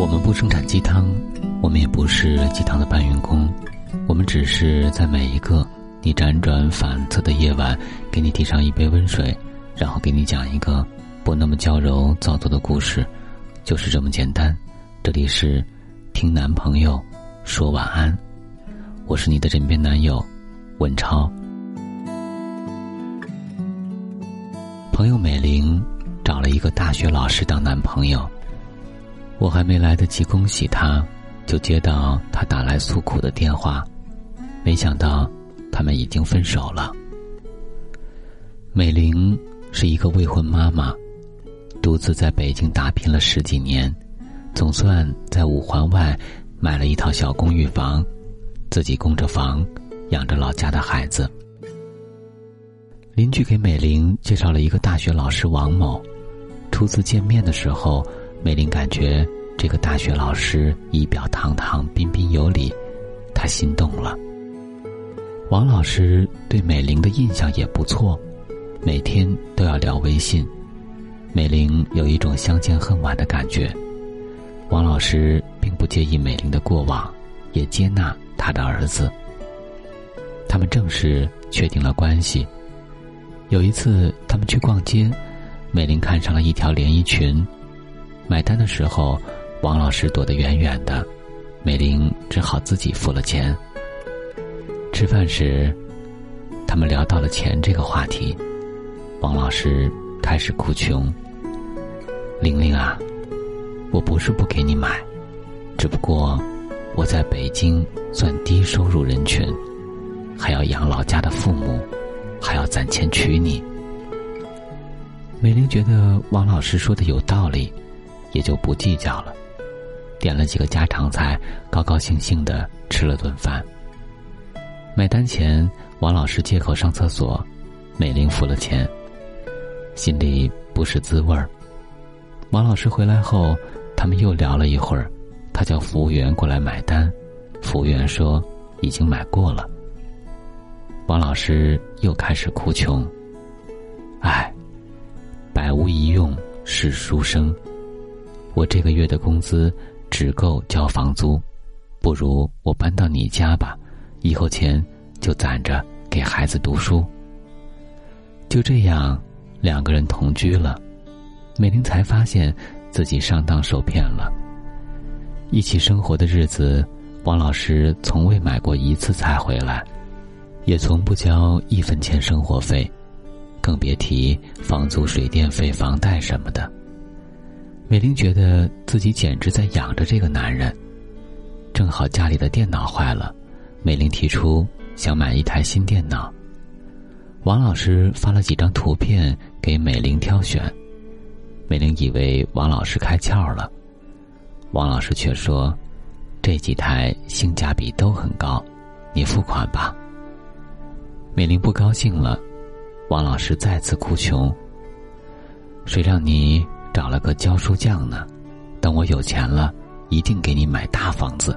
我们不生产鸡汤，我们也不是鸡汤的搬运工，我们只是在每一个你辗转反侧的夜晚，给你递上一杯温水，然后给你讲一个不那么娇柔造作的故事，就是这么简单。这里是听男朋友说晚安，我是你的枕边男友文超。朋友美玲找了一个大学老师当男朋友，我还没来得及恭喜她，就接到她打来诉苦的电话，没想到他们已经分手了。美玲是一个未婚妈妈，独自在北京打拼了10几年，总算在5环外买了一套小公寓房，自己供着房，养着老家的孩子。邻居给美玲介绍了一个大学老师王某，初次见面的时候，美玲感觉这个大学老师仪表堂堂，彬彬有礼，她心动了。王老师对美玲的印象也不错，每天都要聊微信。美玲有一种相见恨晚的感觉。王老师并不介意美玲的过往，也接纳她的儿子。他们正式确定了关系。有一次他们去逛街，美玲看上了一条连衣裙，买单的时候王老师躲得远远的，美玲只好自己付了钱。吃饭时他们聊到了钱这个话题，王老师开始哭穷。玲玲啊，我不是不给你买，只不过我在北京算低收入人群，还要养老家的父母，还要攒钱娶你。美玲觉得王老师说的有道理，也就不计较了，点了几个家常菜，高高兴兴地吃了顿饭。买单前，王老师借口上厕所，美玲付了钱，心里不是滋味儿。王老师回来后，他们又聊了一会儿，他叫服务员过来买单，服务员说已经买过了。王老师又开始哭穷，唉，百无一用是书生，我这个月的工资只够交房租，不如我搬到你家吧，以后钱就攒着给孩子读书。就这样2个人同居了，美玲才发现自己上当受骗了。一起生活的日子，王老师从未买过1次菜回来，也从不交1分钱生活费，更别提房租、水电费、房贷什么的。美玲觉得自己简直在养着这个男人。正好家里的电脑坏了，美玲提出想买一台新电脑。王老师发了几张图片给美玲挑选，美玲以为王老师开窍了，王老师却说这几台性价比都很高，你付款吧。美玲不高兴了，王老师再次哭穷，谁让你找了个教书匠呢？等我有钱了，一定给你买大房子。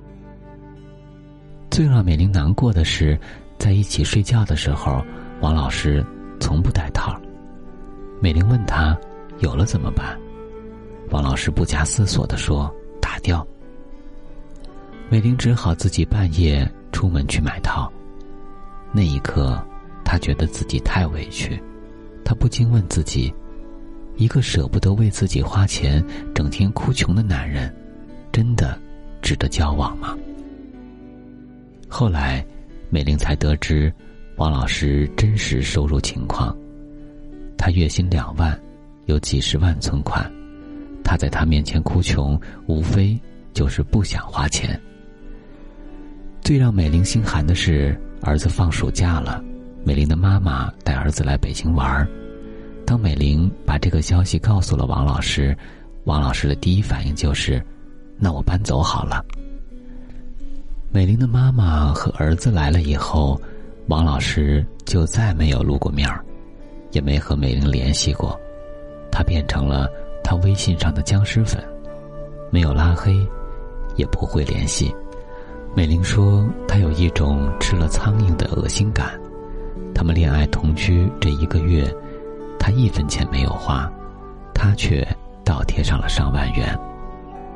最让美玲难过的是，在一起睡觉的时候，王老师从不戴套。美玲问他有了怎么办？王老师不假思索地说打掉。美玲只好自己半夜出门去买套。那一刻她觉得自己太委屈，她不禁问自己，一个舍不得为自己花钱整天哭穷的男人，真的值得交往吗？后来美玲才得知王老师真实收入情况，他月薪2万，有几10万存款，他在他面前哭穷，无非就是不想花钱。最让美玲心寒的是，儿子放暑假了，美玲的妈妈带儿子来北京玩。当美玲把这个消息告诉了王老师，王老师的第一反应就是那我搬走好了。美玲的妈妈和儿子来了以后，王老师就再没有露过面儿，也没和美玲联系过，他变成了他微信上的僵尸粉，没有拉黑，也不会联系。美玲说她有一种吃了苍蝇的恶心感。他们恋爱同居这1个月，她1分钱没有花，他却倒贴上了上万元。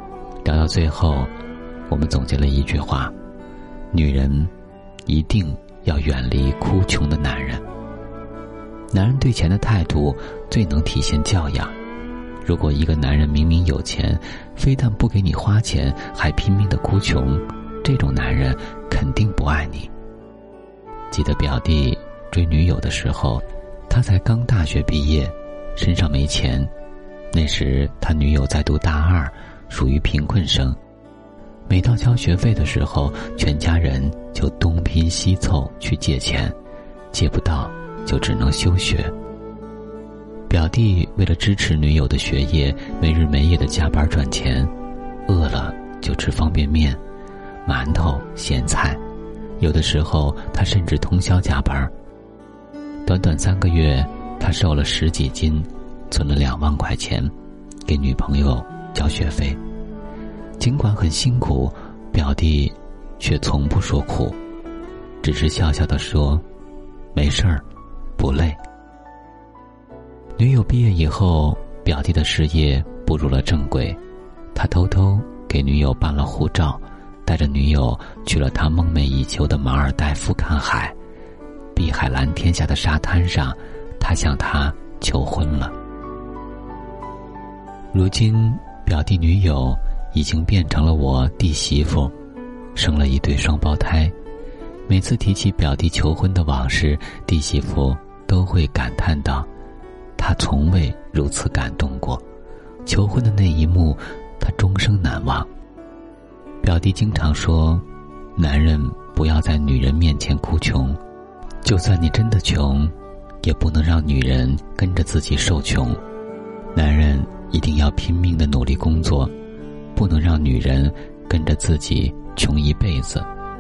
聊到最后，我们总结了一句话：女人一定要远离哭穷的男人。男人对钱的态度最能体现教养。如果一个男人明明有钱，非但不给你花钱，还拼命的哭穷，这种男人肯定不爱你。记得表弟追女友的时候，他才刚大学毕业，身上没钱。那时他女友在读大二，属于贫困生。每到交学费的时候，全家人就东拼西凑去借钱，借不到就只能休学。表弟为了支持女友的学业，没日没夜的加班赚钱，饿了就吃方便面、馒头、咸菜，有的时候他甚至通宵加班。短短3个月，他瘦了10几斤，存了2万块钱，给女朋友交学费。尽管很辛苦，表弟却从不说苦，只是笑笑地说：“没事儿，不累。”女友毕业以后，表弟的事业步入了正轨，他偷偷给女友办了护照，带着女友去了他梦寐以求的马尔代夫看海。碧海蓝天下的沙滩上，他向她求婚了。如今表弟女友已经变成了我弟媳妇，生了一对双胞胎。每次提起表弟求婚的往事，弟媳妇都会感叹道：他从未如此感动过，求婚的那一幕他终生难忘。表弟经常说，男人不要在女人面前哭穷，就算你真的穷，也不能让女人跟着自己受穷。男人一定要拼命地努力工作，不能让女人跟着自己穷一辈子。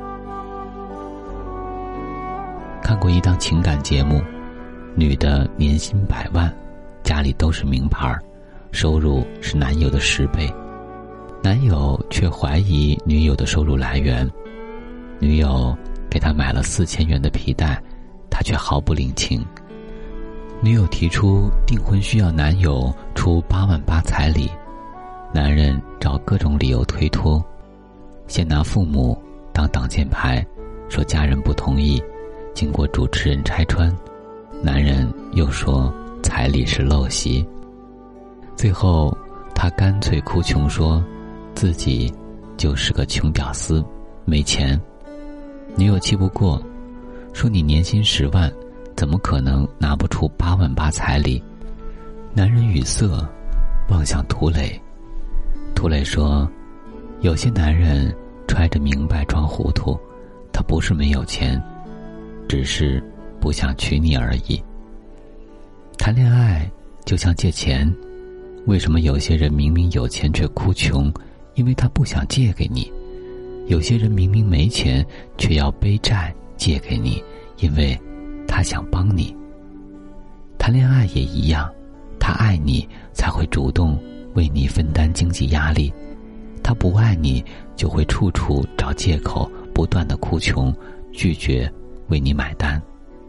看过一档情感节目，女的年薪100万，家里都是名牌，收入是男友的10倍，男友却怀疑女友的收入来源。女友给他买了4000元的皮带，他却毫不领情。女友提出订婚需要男友出8万8彩礼，男人找各种理由推脱，先拿父母当挡箭牌，说家人不同意，经过主持人拆穿，男人又说彩礼是陋习。最后他干脆哭穷，说自己就是个穷屌丝，没钱。女友气不过，说你年薪10万，怎么可能拿不出8万8彩礼？男人语塞，望向涂磊。涂磊说，有些男人揣着明白装糊涂，他不是没有钱，只是不想娶你而已。谈恋爱就像借钱，为什么有些人明明有钱却哭穷？因为他不想借给你。有些人明明没钱，却要背债借给你，因为他想帮你。谈恋爱也一样，他爱你才会主动为你分担经济压力，他不爱你就会处处找借口，不断的哭穷，拒绝为你买单。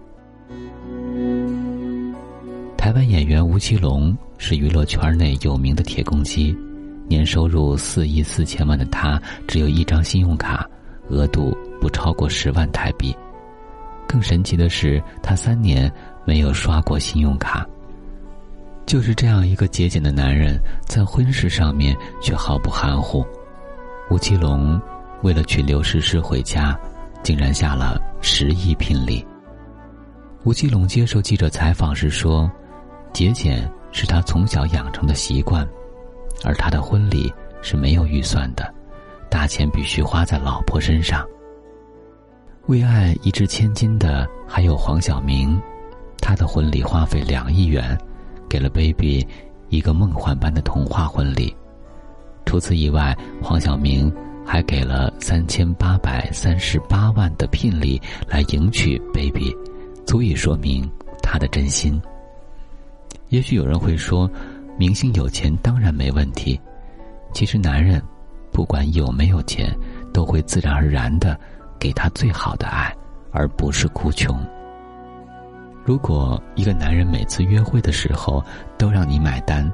台湾演员吴奇隆是娱乐圈内有名的铁公鸡，年收入4亿4千万的他，只有1张信用卡，额度不超过10万台币。更神奇的是，他3年没有刷过信用卡。就是这样一个节俭的男人，在婚事上面却毫不含糊。吴奇隆为了娶刘诗诗回家，竟然下了10亿聘礼。吴奇隆接受记者采访时说，节俭是他从小养成的习惯，而他的婚礼是没有预算的，大钱必须花在老婆身上。为爱一掷千金的还有黄晓明，他的婚礼花费2亿元，给了 baby 一个梦幻般的童话婚礼。除此以外，黄晓明还给了3838万的聘礼来迎娶 baby， 足以说明他的真心。也许有人会说，明星有钱当然没问题，其实男人不管有没有钱，都会自然而然地给他最好的爱，而不是哭穷。如果一个男人每次约会的时候都让你买单，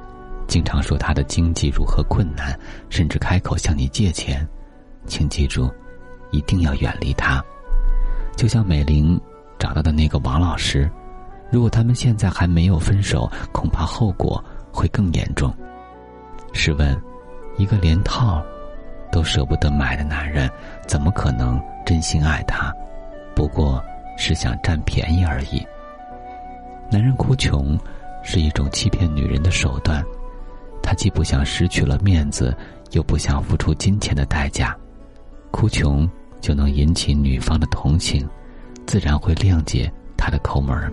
经常说他的经济如何困难，甚至开口向你借钱，请记住，一定要远离他。就像美玲找到的那个王老师，如果他们现在还没有分手，恐怕后果会更严重。试问，一个连套都舍不得买的男人，怎么可能真心爱她？不过是想占便宜而已。男人哭穷是一种欺骗女人的手段，他既不想失去了面子，又不想付出金钱的代价。哭穷就能引起女方的同情，自然会谅解他的抠门。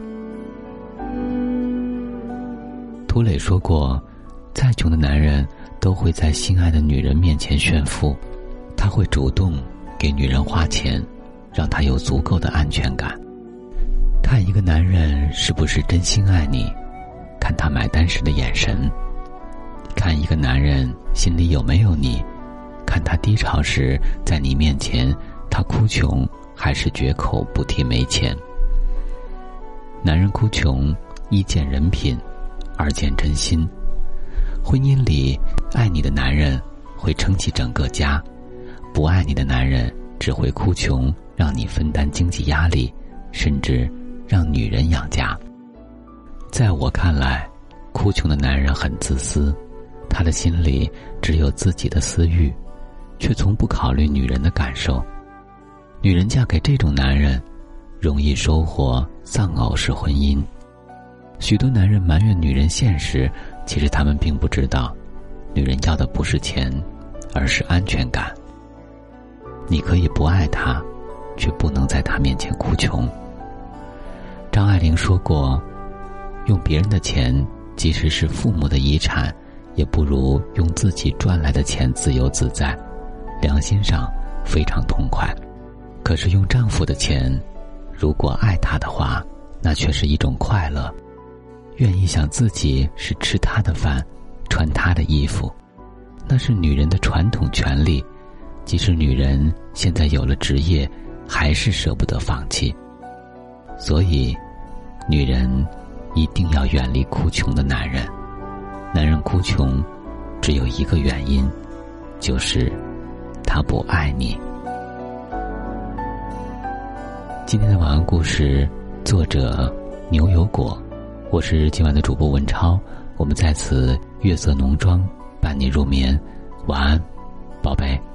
涂磊说过，再穷的男人都会在心爱的女人面前炫富，他会主动给女人花钱，让她有足够的安全感。看一个男人是不是真心爱你，看他买单时的眼神；看一个男人心里有没有你，看他低潮时在你面前，他哭穷还是绝口不提没钱。男人哭穷，一见人品，二见真心。婚姻里，爱你的男人会撑起整个家，不爱你的男人只会哭穷，让你分担经济压力，甚至让女人养家。在我看来，哭穷的男人很自私，他的心里只有自己的私欲，却从不考虑女人的感受。女人嫁给这种男人，容易收获丧偶式婚姻。许多男人埋怨女人现实，其实他们并不知道，女人要的不是钱，而是安全感。你可以不爱她，却不能在她面前哭穷。张爱玲说过，用别人的钱，即使是父母的遗产，也不如用自己赚来的钱自由自在，良心上非常痛快。可是用丈夫的钱，如果爱他的话，那却是一种快乐，愿意想自己是吃他的饭，穿他的衣服，那是女人的传统权利，即使女人现在有了职业，还是舍不得放弃。所以女人一定要远离哭穷的男人。男人哭穷只有一个原因，就是他不爱你。今天的晚安故事，作者牛油果，我是今晚的主播文超，我们在此月色浓妆伴你入眠，晚安，宝贝。